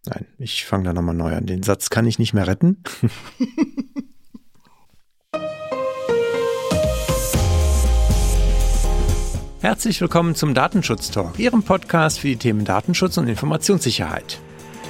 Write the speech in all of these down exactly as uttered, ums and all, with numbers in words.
Nein, ich fange da nochmal neu an. Den Satz kann ich nicht mehr retten. Herzlich willkommen zum Datenschutz-Talk, Ihrem Podcast für die Themen Datenschutz und Informationssicherheit.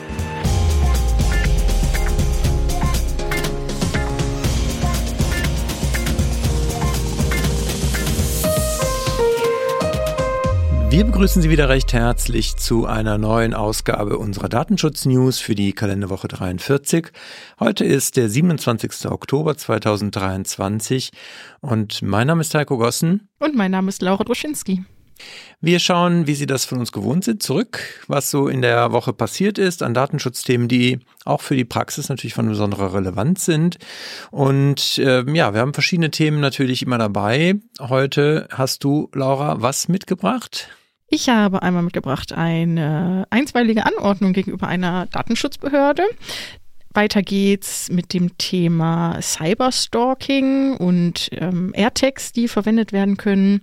Wir begrüßen Sie wieder recht herzlich zu einer neuen Ausgabe unserer Datenschutz-News für die Kalenderwoche dreiundvierzig. Heute ist der siebenundzwanzigster Oktober zweitausenddreiundzwanzig und mein Name ist Heiko Gossen. Und mein Name ist Laura Droschinski. Wir schauen, wie Sie das von uns gewohnt sind, zurück, was so in der Woche passiert ist an Datenschutzthemen, die auch für die Praxis natürlich von besonderer Relevanz sind. Und äh, ja, wir haben verschiedene Themen natürlich immer dabei. Heute hast du, Laura, was mitgebracht? Ich habe einmal mitgebracht eine einstweilige Anordnung gegenüber einer Datenschutzbehörde. Weiter geht's mit dem Thema Cyberstalking und ähm, AirTags, die verwendet werden können.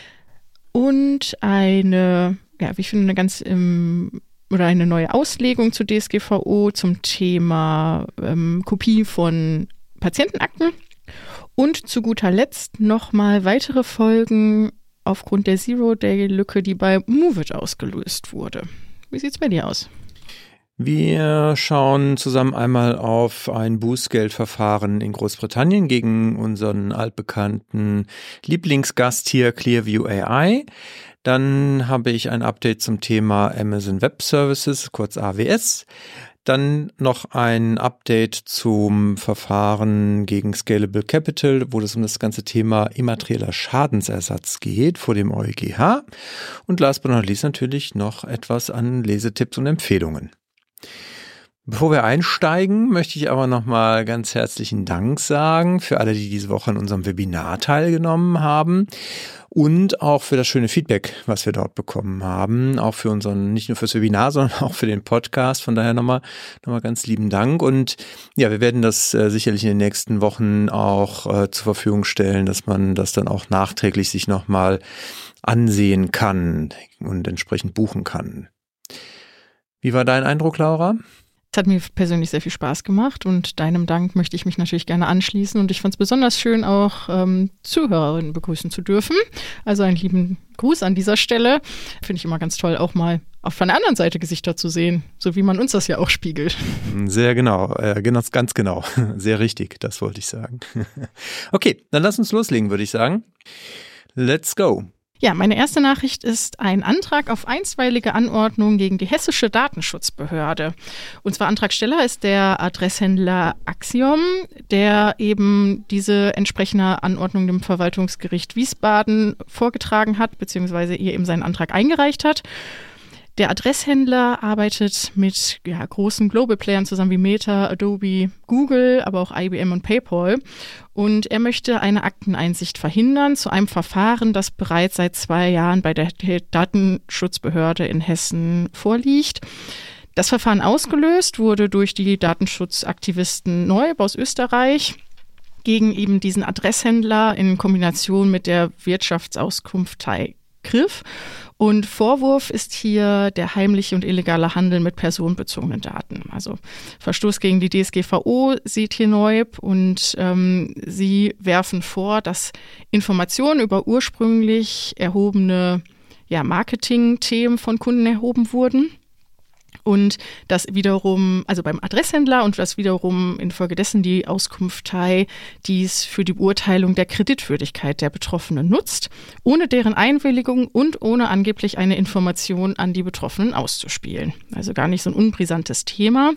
Und eine, ja, wie ich finde, eine ganz ähm, oder eine neue Auslegung zu D S G V O zum Thema ähm, Kopie von Patientenakten. Und zu guter Letzt nochmal weitere Folgen aufgrund der Zero-Day-Lücke, die bei MOVEit ausgelöst wurde. Wie sieht's bei dir aus? Wir schauen zusammen einmal auf ein Bußgeldverfahren in Großbritannien gegen unseren altbekannten Lieblingsgast hier Clearview A I. Dann habe ich ein Update zum Thema Amazon Web Services, kurz A W S. Dann noch ein Update zum Verfahren gegen Scalable Capital, wo es um das ganze Thema immaterieller Schadensersatz geht vor dem E u G H. Und last but not least natürlich noch etwas an Lesetipps und Empfehlungen. Bevor wir einsteigen, möchte ich aber nochmal ganz herzlichen Dank sagen für alle, die diese Woche an unserem Webinar teilgenommen haben und auch für das schöne Feedback, was wir dort bekommen haben, auch für unseren, nicht nur fürs Webinar, sondern auch für den Podcast. Von daher nochmal nochmal ganz lieben Dank und ja, wir werden das äh, sicherlich in den nächsten Wochen auch äh, zur Verfügung stellen, dass man das dann auch nachträglich sich nochmal ansehen kann und entsprechend buchen kann. Wie war dein Eindruck, Laura? Es hat mir persönlich sehr viel Spaß gemacht und deinem Dank möchte ich mich natürlich gerne anschließen und ich fand es besonders schön, auch ähm, Zuhörerinnen begrüßen zu dürfen. Also einen lieben Gruß an dieser Stelle. Finde ich immer ganz toll, auch mal auf von der anderen Seite Gesichter zu sehen, so wie man uns das ja auch spiegelt. Sehr genau, äh, ganz, ganz genau. Sehr richtig, das wollte ich sagen. Okay, dann lass uns loslegen, würde ich sagen. Let's go. Ja, meine erste Nachricht ist ein Antrag auf einstweilige Anordnung gegen die Hessische Datenschutzbehörde. Und zwar Antragsteller ist der Adresshändler Axiom, der eben diese entsprechende Anordnung dem Verwaltungsgericht Wiesbaden vorgetragen hat, beziehungsweise ihr eben seinen Antrag eingereicht hat. Der Adresshändler arbeitet mit ja, großen Global-Playern zusammen wie Meta, Adobe, Google, aber auch I B M und PayPal. Und er möchte eine Akteneinsicht verhindern zu einem Verfahren, das bereits seit zwei Jahren bei der Datenschutzbehörde in Hessen vorliegt. Das Verfahren ausgelöst wurde durch die Datenschutzaktivisten Neub aus Österreich gegen eben diesen Adresshändler in Kombination mit der Wirtschaftsauskunftei Griff. Und Vorwurf ist hier der heimliche und illegale Handel mit personenbezogenen Daten. Also Verstoß gegen die D S G V O sieht hier Neub und ähm, sie werfen vor, dass Informationen über ursprünglich erhobene ja, Marketing-Themen von Kunden erhoben wurden. Und das wiederum, also beim Adresshändler und das wiederum infolgedessen die Auskunftei dies für die Beurteilung der Kreditwürdigkeit der Betroffenen nutzt, ohne deren Einwilligung und ohne angeblich eine Information an die Betroffenen auszuspielen. Also gar nicht so ein unbrisantes Thema.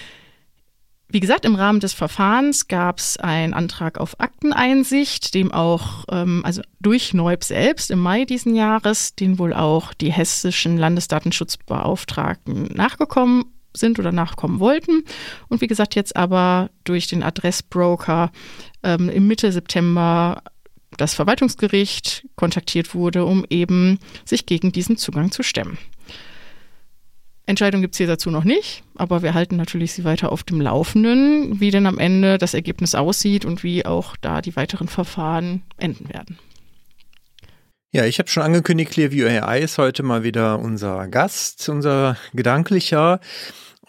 Wie gesagt, im Rahmen des Verfahrens gab es einen Antrag auf Akteneinsicht, dem auch, ähm, also durch Neub selbst im Mai diesen Jahres, den wohl auch die hessischen Landesdatenschutzbeauftragten nachgekommen sind oder nachkommen wollten. Und wie gesagt, jetzt aber durch den Adressbroker ähm, im Mitte September das Verwaltungsgericht kontaktiert wurde, um eben sich gegen diesen Zugang zu stemmen. Entscheidung gibt es hier dazu noch nicht, aber wir halten natürlich Sie weiter auf dem Laufenden, wie denn am Ende das Ergebnis aussieht und wie auch da die weiteren Verfahren enden werden. Ja, ich habe schon angekündigt, Clearview A I ist heute mal wieder unser Gast, unser gedanklicher.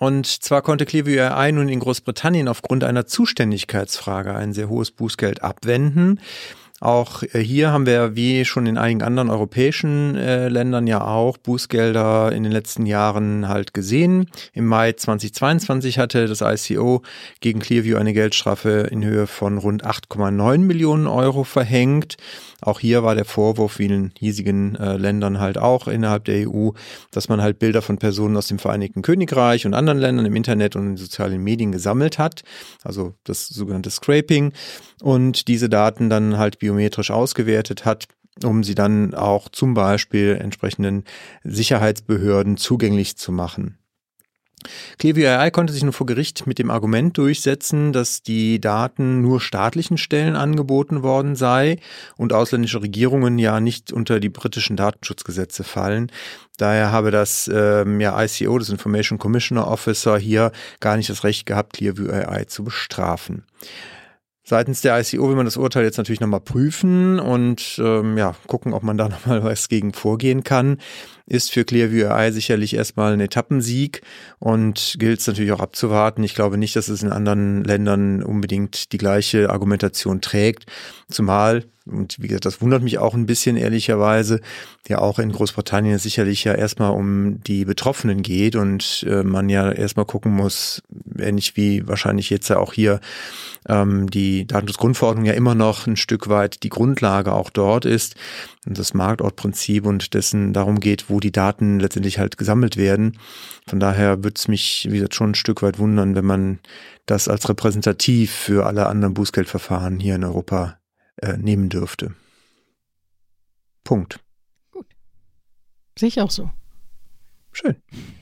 Und zwar konnte Clearview A I nun in Großbritannien aufgrund einer Zuständigkeitsfrage ein sehr hohes Bußgeld abwenden. Auch hier haben wir, wie schon in einigen anderen europäischen äh, Ländern ja auch, Bußgelder in den letzten Jahren halt gesehen. Im Mai zweitausendzweiundzwanzig hatte das I C O gegen Clearview eine Geldstrafe in Höhe von rund acht Komma neun Millionen Euro verhängt. Auch hier war der Vorwurf, wie in hiesigen äh, Ländern halt auch innerhalb der E U, dass man halt Bilder von Personen aus dem Vereinigten Königreich und anderen Ländern im Internet und in sozialen Medien gesammelt hat, also das sogenannte Scraping, und diese Daten dann halt biometrisch ausgewertet hat, um sie dann auch zum Beispiel entsprechenden Sicherheitsbehörden zugänglich zu machen. Clearview A I konnte sich nun vor Gericht mit dem Argument durchsetzen, dass die Daten nur staatlichen Stellen angeboten worden sei und ausländische Regierungen ja nicht unter die britischen Datenschutzgesetze fallen. Daher habe das ähm, ja, I C O, das Information Commissioner Officer, hier gar nicht das Recht gehabt, Clearview A I zu bestrafen. Seitens der I C O will man das Urteil jetzt natürlich nochmal prüfen und ähm, ja, gucken, ob man da nochmal was gegen vorgehen kann. Ist für Clearview A I sicherlich erstmal ein Etappensieg und gilt es natürlich auch abzuwarten. Ich glaube nicht, dass es in anderen Ländern unbedingt die gleiche Argumentation trägt. Zumal, und wie gesagt, das wundert mich auch ein bisschen ehrlicherweise, ja auch in Großbritannien sicherlich ja erstmal um die Betroffenen geht und äh, man ja erstmal gucken muss, ähnlich wie wahrscheinlich jetzt ja auch hier ähm, die Datenschutzgrundverordnung ja immer noch ein Stück weit die Grundlage auch dort ist und das Marktortprinzip und dessen darum geht, wo die Daten letztendlich halt gesammelt werden. Von daher würde es mich, wie gesagt, schon ein Stück weit wundern, wenn man das als repräsentativ für alle anderen Bußgeldverfahren hier in Europa äh, nehmen dürfte. Punkt. Gut. Sehe ich auch so. Schön.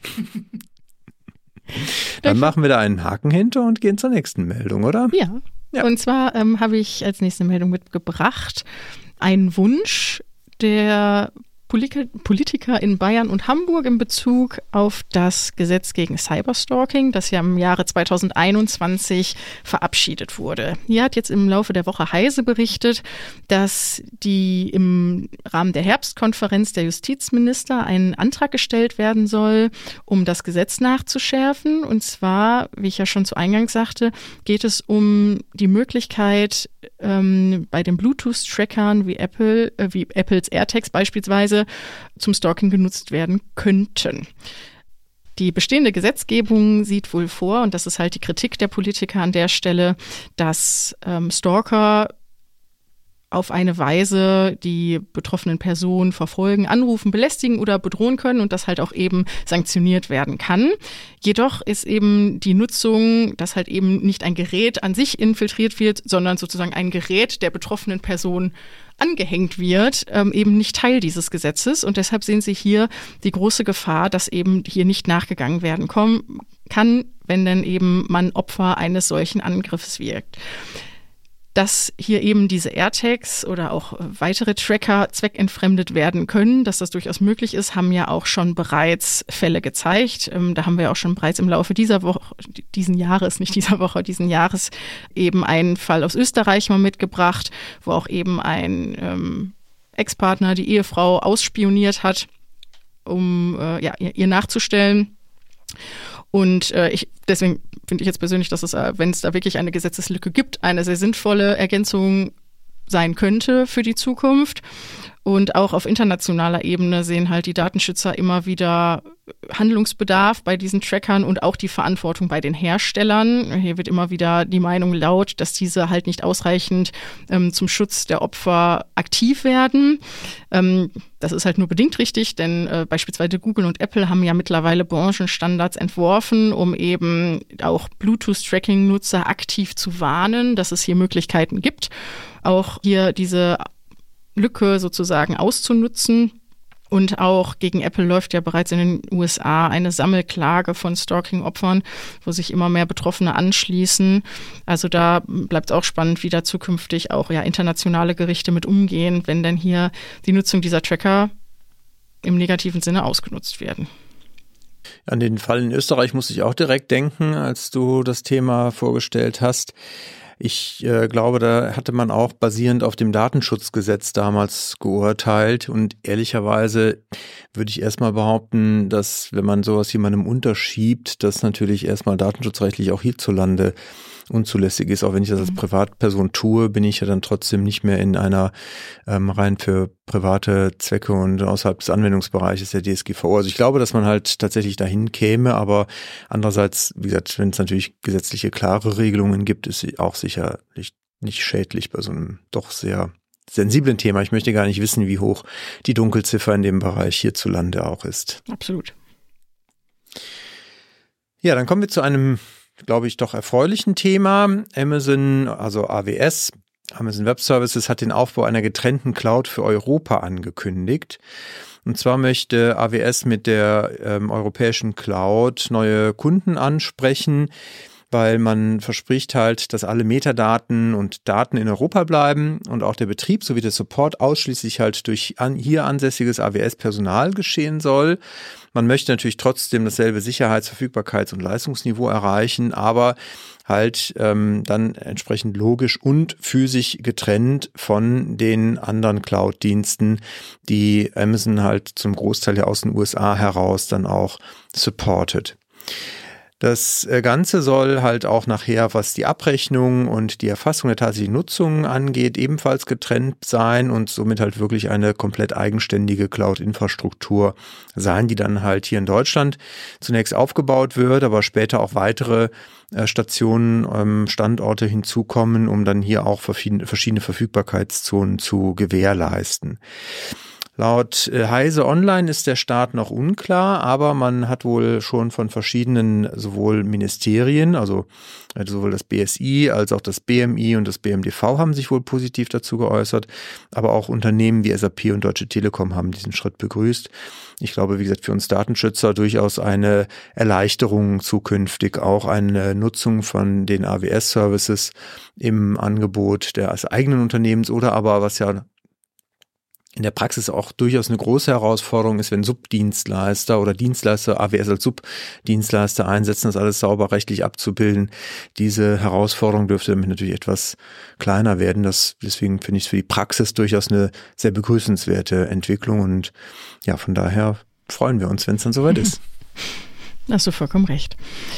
Dann machen wir da einen Haken hinter und gehen zur nächsten Meldung, oder? Ja. ja. Und zwar ähm, habe ich als nächste Meldung mitgebracht einen Wunsch der Politiker in Bayern und Hamburg in Bezug auf das Gesetz gegen Cyberstalking, das ja im Jahre zweitausendeinundzwanzig verabschiedet wurde. Hier hat jetzt im Laufe der Woche Heise berichtet, dass die im Rahmen der Herbstkonferenz der Justizminister ein Antrag gestellt werden soll, um das Gesetz nachzuschärfen. Und zwar, wie ich ja schon zu Eingang sagte, geht es um die Möglichkeit, ähm, bei den Bluetooth-Trackern wie Apple, äh, wie Apples AirTags beispielsweise zum Stalking genutzt werden könnten. Die bestehende Gesetzgebung sieht wohl vor, und das ist halt die Kritik der Politiker an der Stelle, dass ähm, Stalker auf eine Weise die betroffenen Personen verfolgen, anrufen, belästigen oder bedrohen können und das halt auch eben sanktioniert werden kann. Jedoch ist eben die Nutzung, dass halt eben nicht ein Gerät an sich infiltriert wird, sondern sozusagen ein Gerät der betroffenen Person angehängt wird, ähm, eben nicht Teil dieses Gesetzes. Und deshalb sehen Sie hier die große Gefahr, dass eben hier nicht nachgegangen werden kommen kann, wenn dann eben man Opfer eines solchen Angriffs wird. Dass hier eben diese AirTags oder auch weitere Tracker zweckentfremdet werden können, dass das durchaus möglich ist, haben ja auch schon bereits Fälle gezeigt. Ähm, da haben wir auch schon bereits im Laufe dieser Woche, diesen Jahres, nicht dieser Woche, diesen Jahres eben einen Fall aus Österreich mal mitgebracht, wo auch eben ein ähm, Ex-Partner die Ehefrau ausspioniert hat, um äh, ja, ihr, ihr nachzustellen. Und äh, ich, deswegen finde ich jetzt persönlich, dass es, äh, wenn es da wirklich eine Gesetzeslücke gibt, eine sehr sinnvolle Ergänzung sein könnte für die Zukunft. Und auch auf internationaler Ebene sehen halt die Datenschützer immer wieder Handlungsbedarf bei diesen Trackern und auch die Verantwortung bei den Herstellern. Hier wird immer wieder die Meinung laut, dass diese halt nicht ausreichend ähm, zum Schutz der Opfer aktiv werden. Ähm, das ist halt nur bedingt richtig, denn äh, beispielsweise Google und Apple haben ja mittlerweile Branchenstandards entworfen, um eben auch Bluetooth-Tracking-Nutzer aktiv zu warnen, dass es hier Möglichkeiten gibt, auch hier diese Lücke sozusagen auszunutzen. Und auch gegen Apple läuft ja bereits in den U S A eine Sammelklage von Stalking-Opfern, wo sich immer mehr Betroffene anschließen. Also da bleibt es auch spannend, wie da zukünftig auch ja internationale Gerichte mit umgehen, wenn denn hier die Nutzung dieser Tracker im negativen Sinne ausgenutzt werden. An den Fall in Österreich musste ich auch direkt denken, als du das Thema vorgestellt hast. Ich äh, glaube, da hatte man auch basierend auf dem Datenschutzgesetz damals geurteilt und ehrlicherweise würde ich erstmal behaupten, dass wenn man sowas jemandem unterschiebt, das natürlich erstmal datenschutzrechtlich auch hierzulande unzulässig ist. Auch wenn ich das als Privatperson tue, bin ich ja dann trotzdem nicht mehr in einer ähm, rein für private Zwecke und außerhalb des Anwendungsbereiches der D S G V O. Also ich glaube, dass man halt tatsächlich dahin käme, aber andererseits, wie gesagt, wenn es natürlich gesetzliche klare Regelungen gibt, ist sie auch sicherlich nicht schädlich bei so einem doch sehr sensiblen Thema. Ich möchte gar nicht wissen, wie hoch die Dunkelziffer in dem Bereich hierzulande auch ist. Absolut. Ja, dann kommen wir zu einem, glaube ich, doch erfreulichen Thema. Amazon, also A W S, Amazon Web Services, hat den Aufbau einer getrennten Cloud für Europa angekündigt. Und zwar möchte A W S mit der ähm, europäischen Cloud neue Kunden ansprechen, weil man verspricht halt, dass alle Metadaten und Daten in Europa bleiben und auch der Betrieb sowie der Support ausschließlich halt durch an, hier ansässiges A W S-Personal geschehen soll. Man möchte natürlich trotzdem dasselbe Sicherheits-, Verfügbarkeits- und Leistungsniveau erreichen, aber halt ähm, dann entsprechend logisch und physisch getrennt von den anderen Cloud-Diensten, die Amazon halt zum Großteil ja aus den U S A heraus dann auch supportet. Das Ganze soll halt auch nachher, was die Abrechnung und die Erfassung der tatsächlichen Nutzung angeht, ebenfalls getrennt sein und somit halt wirklich eine komplett eigenständige Cloud-Infrastruktur sein, die dann halt hier in Deutschland zunächst aufgebaut wird, aber später auch weitere Stationen, Standorte hinzukommen, um dann hier auch verschiedene Verfügbarkeitszonen zu gewährleisten. Laut Heise Online ist der Start noch unklar, aber man hat wohl schon von verschiedenen sowohl Ministerien, also sowohl das B S I als auch das B M I und das B M D V haben sich wohl positiv dazu geäußert, aber auch Unternehmen wie S A P und Deutsche Telekom haben diesen Schritt begrüßt. Ich glaube, wie gesagt, für uns Datenschützer durchaus eine Erleichterung zukünftig, auch eine Nutzung von den A W S-Services im Angebot des eigenen Unternehmens oder aber, was ja in der Praxis auch durchaus eine große Herausforderung ist, wenn Subdienstleister oder Dienstleister A W S als Subdienstleister einsetzen, das alles sauber rechtlich abzubilden. Diese Herausforderung dürfte damit natürlich etwas kleiner werden. Das, deswegen finde ich es für die Praxis durchaus eine sehr begrüßenswerte Entwicklung und ja, von daher freuen wir uns, wenn es dann soweit ist. Da hast du vollkommen recht.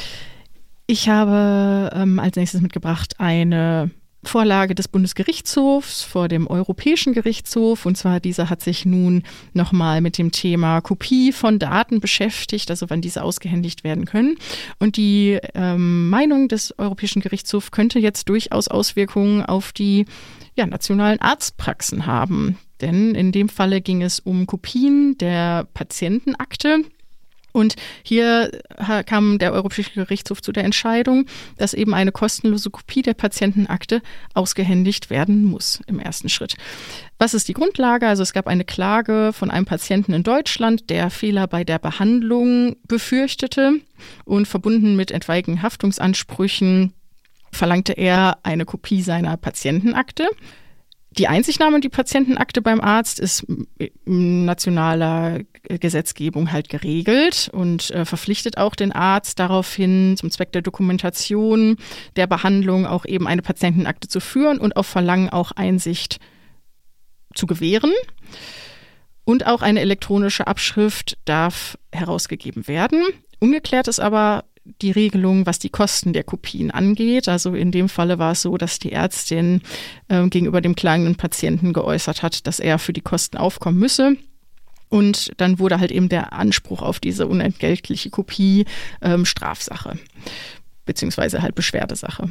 Ich habe ähm, als nächstes mitgebracht eine Vorlage des Bundesgerichtshofs vor dem Europäischen Gerichtshof. Und zwar dieser hat sich nun nochmal mit dem Thema Kopie von Daten beschäftigt, also wann diese ausgehändigt werden können. Und die ähm, Meinung des Europäischen Gerichtshofs könnte jetzt durchaus Auswirkungen auf die ja, nationalen Arztpraxen haben. Denn in dem Falle ging es um Kopien der Patientenakte. Und hier kam der Europäische Gerichtshof zu der Entscheidung, dass eben eine kostenlose Kopie der Patientenakte ausgehändigt werden muss im ersten Schritt. Was ist die Grundlage? Also es gab eine Klage von einem Patienten in Deutschland, der Fehler bei der Behandlung befürchtete und verbunden mit etwaigen Haftungsansprüchen verlangte er eine Kopie seiner Patientenakte. Die Einsichtnahme in die Patientenakte beim Arzt ist in nationaler Gesetzgebung halt geregelt und äh, verpflichtet auch den Arzt daraufhin, zum Zweck der Dokumentation der Behandlung auch eben eine Patientenakte zu führen und auf Verlangen auch Einsicht zu gewähren. Und auch eine elektronische Abschrift darf herausgegeben werden. Ungeklärt ist aber die Regelung, was die Kosten der Kopien angeht. Also in dem Falle war es so, dass die Ärztin äh, gegenüber dem klagenden Patienten geäußert hat, dass er für die Kosten aufkommen müsse. Und dann wurde halt eben der Anspruch auf diese unentgeltliche Kopie ähm, Strafsache, beziehungsweise halt Beschwerdesache.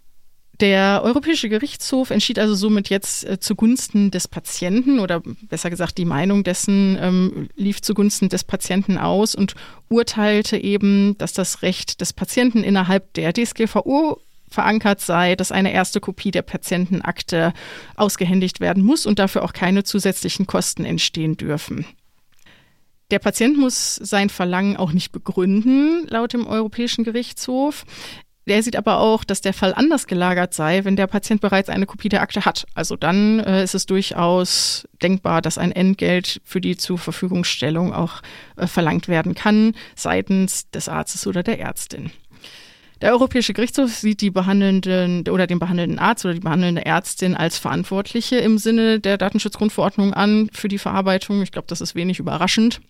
Der Europäische Gerichtshof entschied also somit jetzt äh, zugunsten des Patienten oder besser gesagt die Meinung dessen ähm, lief zugunsten des Patienten aus und urteilte eben, dass das Recht des Patienten innerhalb der D S G V O verankert sei, dass eine erste Kopie der Patientenakte ausgehändigt werden muss und dafür auch keine zusätzlichen Kosten entstehen dürfen. Der Patient muss sein Verlangen auch nicht begründen, laut dem Europäischen Gerichtshof. Der sieht aber auch, dass der Fall anders gelagert sei, wenn der Patient bereits eine Kopie der Akte hat. Also dann äh, ist es durchaus denkbar, dass ein Entgelt für die Zurverfügungstellung auch äh, verlangt werden kann seitens des Arztes oder der Ärztin. Der Europäische Gerichtshof sieht die behandelnden oder den behandelnden Arzt oder die behandelnde Ärztin als Verantwortliche im Sinne der Datenschutzgrundverordnung an für die Verarbeitung. Ich glaube, das ist wenig überraschend.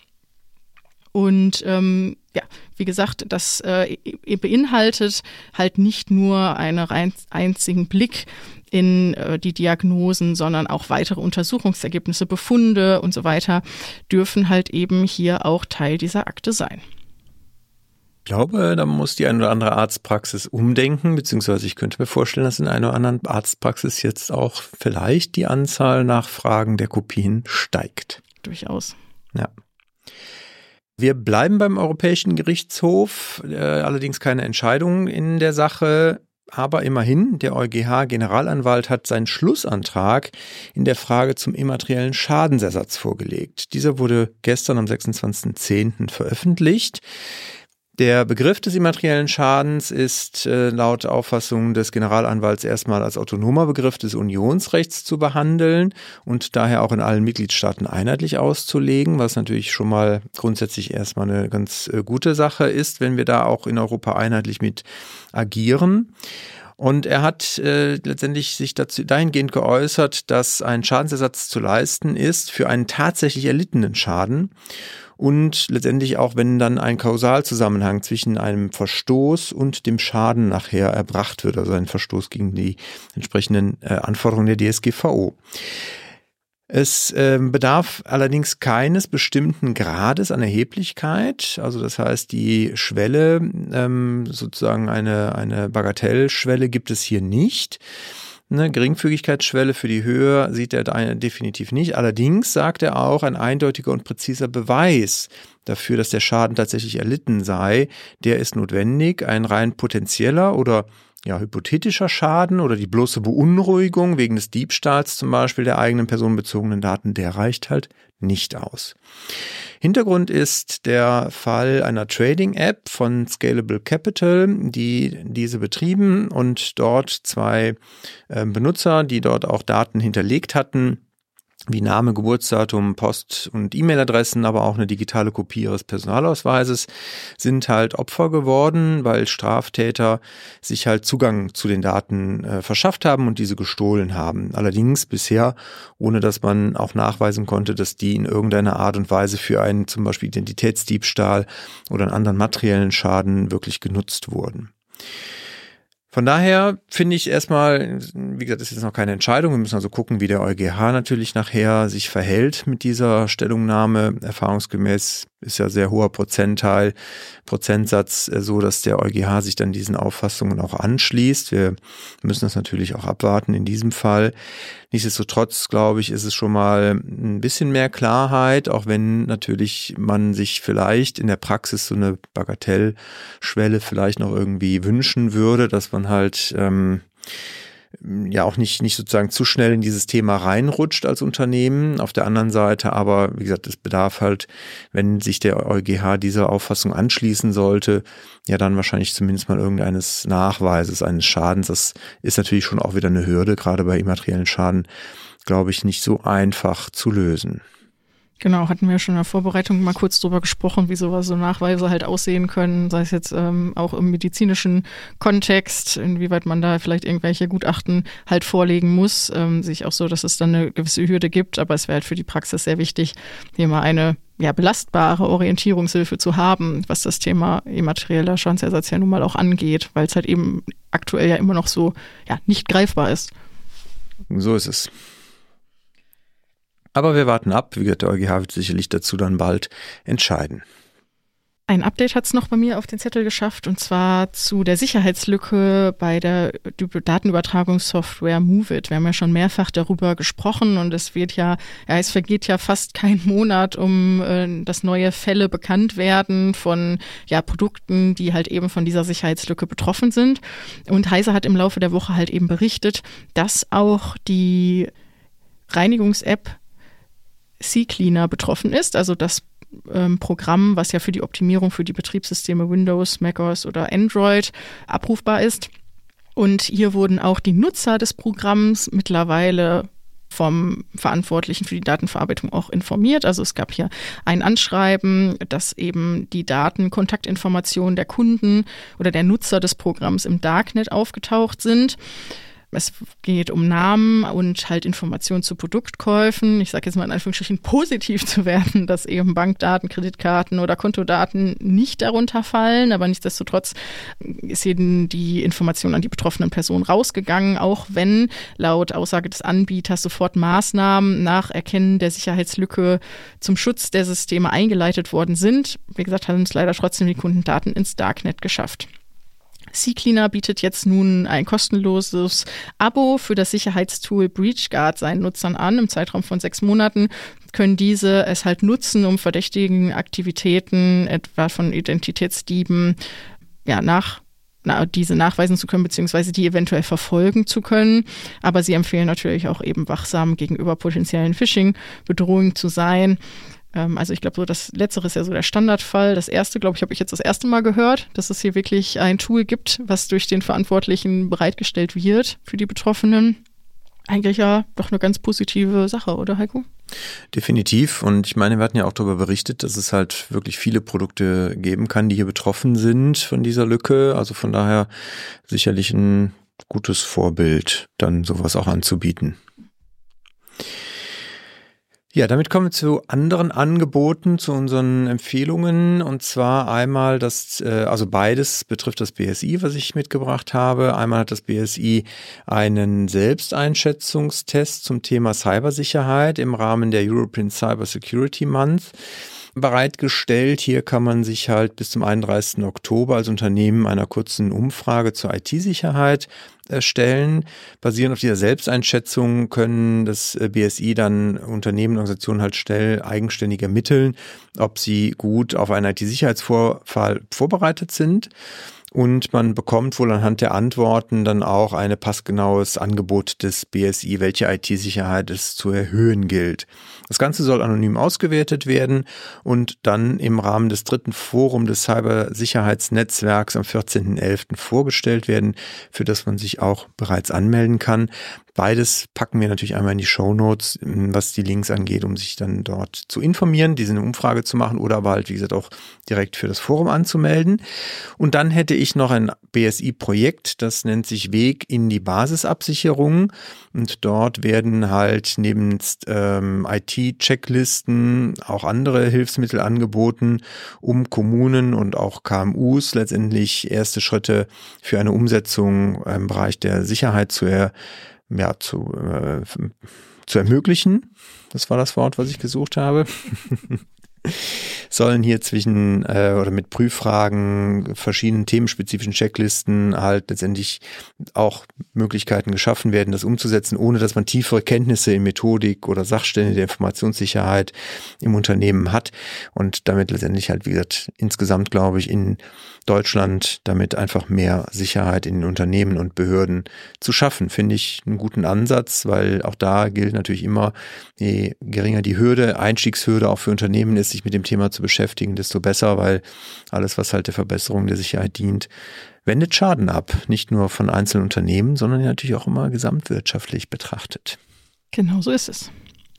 Und ähm, ja, wie gesagt, das äh, beinhaltet halt nicht nur einen rein einzigen Blick in äh, die Diagnosen, sondern auch weitere Untersuchungsergebnisse, Befunde und so weiter dürfen halt eben hier auch Teil dieser Akte sein. Ich glaube, da muss die eine oder andere Arztpraxis umdenken, beziehungsweise ich könnte mir vorstellen, dass in einer oder anderen Arztpraxis jetzt auch vielleicht die Anzahl Nachfragen der Kopien steigt. Durchaus. Ja. Wir bleiben beim Europäischen Gerichtshof, äh, allerdings keine Entscheidung in der Sache. Aber immerhin, der EuGH-Generalanwalt hat seinen Schlussantrag in der Frage zum immateriellen Schadensersatz vorgelegt. Dieser wurde gestern am sechsundzwanzigsten zehnten veröffentlicht. Der Begriff des immateriellen Schadens ist äh, laut Auffassung des Generalanwalts erstmal als autonomer Begriff des Unionsrechts zu behandeln und daher auch in allen Mitgliedstaaten einheitlich auszulegen, was natürlich schon mal grundsätzlich erstmal eine ganz äh, gute Sache ist, wenn wir da auch in Europa einheitlich mit agieren. Und er hat äh, letztendlich sich dazu dahingehend geäußert, dass ein Schadensersatz zu leisten ist für einen tatsächlich erlittenen Schaden. Und letztendlich auch, wenn dann ein Kausalzusammenhang zwischen einem Verstoß und dem Schaden nachher erbracht wird, also ein Verstoß gegen die entsprechenden äh, Anforderungen der D S G V O. Es äh, bedarf allerdings keines bestimmten Grades an Erheblichkeit. Also das heißt, die Schwelle, ähm, sozusagen eine, eine Bagatellschwelle gibt es hier nicht. Eine Geringfügigkeitsschwelle für die Höhe sieht er da definitiv nicht. Allerdings sagt er auch, ein eindeutiger und präziser Beweis dafür, dass der Schaden tatsächlich erlitten sei, der ist notwendig. Ein rein potenzieller oder ja, hypothetischer Schaden oder die bloße Beunruhigung wegen des Diebstahls zum Beispiel der eigenen personenbezogenen Daten, der reicht halt nicht aus. Hintergrund ist der Fall einer Trading-App von Scalable Capital, die diese betrieben und dort zwei äh, Benutzer, die dort auch Daten hinterlegt hatten, wie Name, Geburtsdatum, Post- und E-Mail-Adressen, aber auch eine digitale Kopie ihres Personalausweises, sind halt Opfer geworden, weil Straftäter sich halt Zugang zu den Daten äh, verschafft haben und diese gestohlen haben. Allerdings bisher, ohne dass man auch nachweisen konnte, dass die in irgendeiner Art und Weise für einen zum Beispiel Identitätsdiebstahl oder einen anderen materiellen Schaden wirklich genutzt wurden. Von daher finde ich erstmal, wie gesagt, ist jetzt noch keine Entscheidung. Wir müssen also gucken, wie der EuGH natürlich nachher sich verhält mit dieser Stellungnahme. Erfahrungsgemäß ist ja sehr hoher Prozentteil, Prozentsatz so, dass der EuGH sich dann diesen Auffassungen auch anschließt. Wir müssen das natürlich auch abwarten in diesem Fall. Nichtsdestotrotz, glaube ich, ist es schon mal ein bisschen mehr Klarheit, auch wenn natürlich man sich vielleicht in der Praxis so eine Bagatellschwelle vielleicht noch irgendwie wünschen würde, dass man halt ähm, ja auch nicht nicht sozusagen zu schnell in dieses Thema reinrutscht als Unternehmen. Auf der anderen Seite aber, wie gesagt, es bedarf halt, wenn sich der EuGH dieser Auffassung anschließen sollte, ja dann wahrscheinlich zumindest mal irgendeines Nachweises eines Schadens. Das ist natürlich schon auch wieder eine Hürde, gerade bei immateriellen Schaden, glaube ich, nicht so einfach zu lösen. Genau, hatten wir schon in der Vorbereitung mal kurz drüber gesprochen, wie sowas so Nachweise halt aussehen können, sei es jetzt ähm, auch im medizinischen Kontext, inwieweit man da vielleicht irgendwelche Gutachten halt vorlegen muss. Ähm, sehe ich auch so, dass es dann eine gewisse Hürde gibt, aber es wäre halt für die Praxis sehr wichtig, hier mal eine ja belastbare Orientierungshilfe zu haben, was das Thema immaterieller Schadensersatz ja nun mal auch angeht, weil es halt eben aktuell ja immer noch so ja nicht greifbar ist. So ist es. Aber wir warten ab. Wie gesagt, der EuGH wird sicherlich dazu dann bald entscheiden. Ein Update hat es noch bei mir auf den Zettel geschafft, und zwar zu der Sicherheitslücke bei der Datenübertragungssoftware MOVEit. Wir haben ja schon mehrfach darüber gesprochen und es wird ja, ja, es vergeht ja fast kein Monat, um äh, dass neue Fälle bekannt werden von ja Produkten, die halt eben von dieser Sicherheitslücke betroffen sind. Und Heise hat im Laufe der Woche halt eben berichtet, dass auch die Reinigungs-App CCleaner betroffen ist, also das ähm, Programm, was ja für die Optimierung für die Betriebssysteme Windows, macOS oder Android abrufbar ist. Und hier wurden auch die Nutzer des Programms mittlerweile vom Verantwortlichen für die Datenverarbeitung auch informiert. Also es gab hier ein Anschreiben, dass eben die Daten, Kontaktinformationen der Kunden oder der Nutzer des Programms im Darknet aufgetaucht sind. Es geht um Namen und halt Informationen zu Produktkäufen. Ich sage jetzt mal in Anführungsstrichen positiv zu werden, dass eben Bankdaten, Kreditkarten oder Kontodaten nicht darunter fallen. Aber nichtsdestotrotz ist eben die Information an die betroffenen Personen rausgegangen, auch wenn laut Aussage des Anbieters sofort Maßnahmen nach Erkennen der Sicherheitslücke zum Schutz der Systeme eingeleitet worden sind. Wie gesagt, haben es leider trotzdem die Kundendaten ins Darknet geschafft. CCleaner bietet jetzt nun ein kostenloses Abo für das Sicherheitstool BreachGuard seinen Nutzern an. Im Zeitraum von sechs Monaten können diese es halt nutzen, um verdächtigen Aktivitäten, etwa von Identitätsdieben, ja, nach Na, diese nachweisen zu können, beziehungsweise die eventuell verfolgen zu können. Aber sie empfehlen natürlich auch eben wachsam gegenüber potenziellen Phishing-Bedrohungen zu sein. Ähm, also ich glaube, so das Letztere ist ja so der Standardfall. Das Erste, glaube ich, habe ich jetzt das erste Mal gehört, dass es hier wirklich ein Tool gibt, was durch den Verantwortlichen bereitgestellt wird für die Betroffenen. Eigentlich ja doch eine ganz positive Sache, oder Heiko? Definitiv. Und ich meine, wir hatten ja auch darüber berichtet, dass es halt wirklich viele Produkte geben kann, die hier betroffen sind von dieser Lücke. Also von daher sicherlich ein gutes Vorbild, dann sowas auch anzubieten. Ja, damit kommen wir zu anderen Angeboten, zu unseren Empfehlungen. Und zwar einmal das, also beides betrifft das B S I, was ich mitgebracht habe. Einmal hat das B S I einen Selbsteinschätzungstest zum Thema Cybersicherheit im Rahmen der European Cyber Security Month bereitgestellt. Hier kann man sich halt bis zum einunddreißigsten Oktober als Unternehmen einer kurzen Umfrage zur I T-Sicherheit erstellen. Basierend auf dieser Selbsteinschätzung können das B S I dann Unternehmen und Organisationen halt schnell eigenständig ermitteln, ob sie gut auf einen I T-Sicherheitsvorfall vorbereitet sind. Und man bekommt wohl anhand der Antworten dann auch ein passgenaues Angebot des B S I, welche I T-Sicherheit es zu erhöhen gilt. Das Ganze soll anonym ausgewertet werden und dann im Rahmen des dritten Forum des Cybersicherheitsnetzwerks am vierzehnten elften vorgestellt werden, für das man sich auch bereits anmelden kann. Beides packen wir natürlich einmal in die Shownotes, was die Links angeht, um sich dann dort zu informieren, diese eine Umfrage zu machen oder aber halt, wie gesagt, auch direkt für das Forum anzumelden. Und dann hätte ich noch ein B S I-Projekt, das nennt sich Weg in die Basisabsicherung. Und dort werden halt neben ähm, I T-Checklisten auch andere Hilfsmittel angeboten, um Kommunen und auch K M Us letztendlich erste Schritte für eine Umsetzung im Bereich der Sicherheit zu er ja, zu, äh, zu ermöglichen. Das war das Wort, was ich gesucht habe. Sollen hier zwischen äh, oder mit Prüffragen, verschiedenen themenspezifischen Checklisten halt letztendlich auch Möglichkeiten geschaffen werden, das umzusetzen, ohne dass man tiefere Kenntnisse in Methodik oder Sachstände der Informationssicherheit im Unternehmen hat und damit letztendlich halt, wie gesagt, insgesamt glaube ich in Deutschland damit einfach mehr Sicherheit in den Unternehmen und Behörden zu schaffen, finde ich einen guten Ansatz, weil auch da gilt natürlich immer, je geringer die Hürde, Einstiegshürde auch für Unternehmen ist, sich mit dem Thema zu beschäftigen, desto besser, weil alles, was halt der Verbesserung der Sicherheit dient, wendet Schaden ab. Nicht nur von einzelnen Unternehmen, sondern natürlich auch immer gesamtwirtschaftlich betrachtet. Genau so ist es.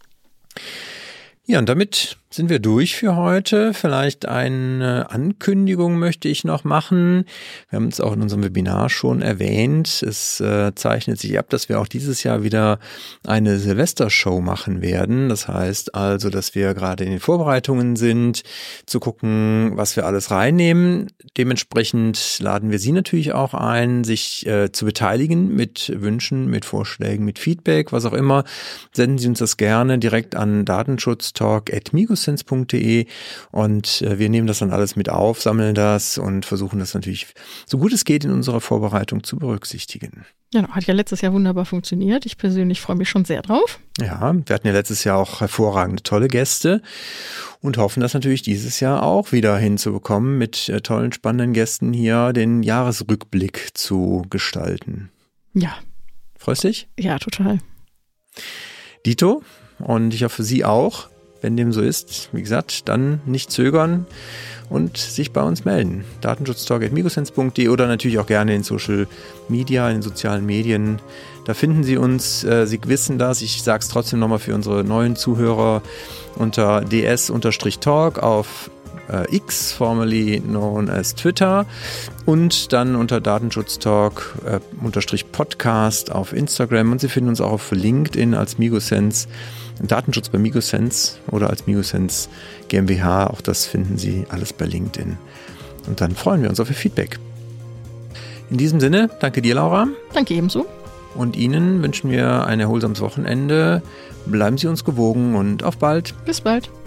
Ja, und damit sind wir durch für heute. Vielleicht eine Ankündigung möchte ich noch machen. Wir haben es auch in unserem Webinar schon erwähnt. Es äh, zeichnet sich ab, dass wir auch dieses Jahr wieder eine Silvestershow machen werden. Das heißt also, dass wir gerade in den Vorbereitungen sind, zu gucken, was wir alles reinnehmen. Dementsprechend laden wir Sie natürlich auch ein, sich äh, zu beteiligen mit Wünschen, mit Vorschlägen, mit Feedback, was auch immer. Senden Sie uns das gerne direkt an datenschutztalk at migosens punkt de und äh, wir nehmen das dann alles mit auf, sammeln das und versuchen das natürlich so gut es geht in unserer Vorbereitung zu berücksichtigen. Ja, hat ja letztes Jahr wunderbar funktioniert. Ich persönlich freue mich schon sehr drauf. Ja, wir hatten ja letztes Jahr auch hervorragende, tolle Gäste und hoffen, das natürlich dieses Jahr auch wieder hinzubekommen, mit äh, tollen, spannenden Gästen hier den Jahresrückblick zu gestalten. Ja. Freust dich? Ja, total. Dito, und ich hoffe, Sie auch. Wenn dem so ist, wie gesagt, dann nicht zögern und sich bei uns melden. datenschutztalk at migosense punkt de oder natürlich auch gerne in Social Media, in den sozialen Medien. Da finden Sie uns. Äh, Sie wissen das. Ich sage es trotzdem nochmal für unsere neuen Zuhörer unter d s Talk auf äh, X, formerly known as Twitter, und dann unter Datenschutztalk äh, unterstrich Podcast auf Instagram, und Sie finden uns auch auf LinkedIn als Migosense. Datenschutz bei Migosense oder als Migosense GmbH, auch das finden Sie alles bei LinkedIn. Und dann freuen wir uns auf Ihr Feedback. In diesem Sinne, danke dir, Laura. Danke ebenso. Und Ihnen wünschen wir ein erholsames Wochenende. Bleiben Sie uns gewogen und auf bald. Bis bald.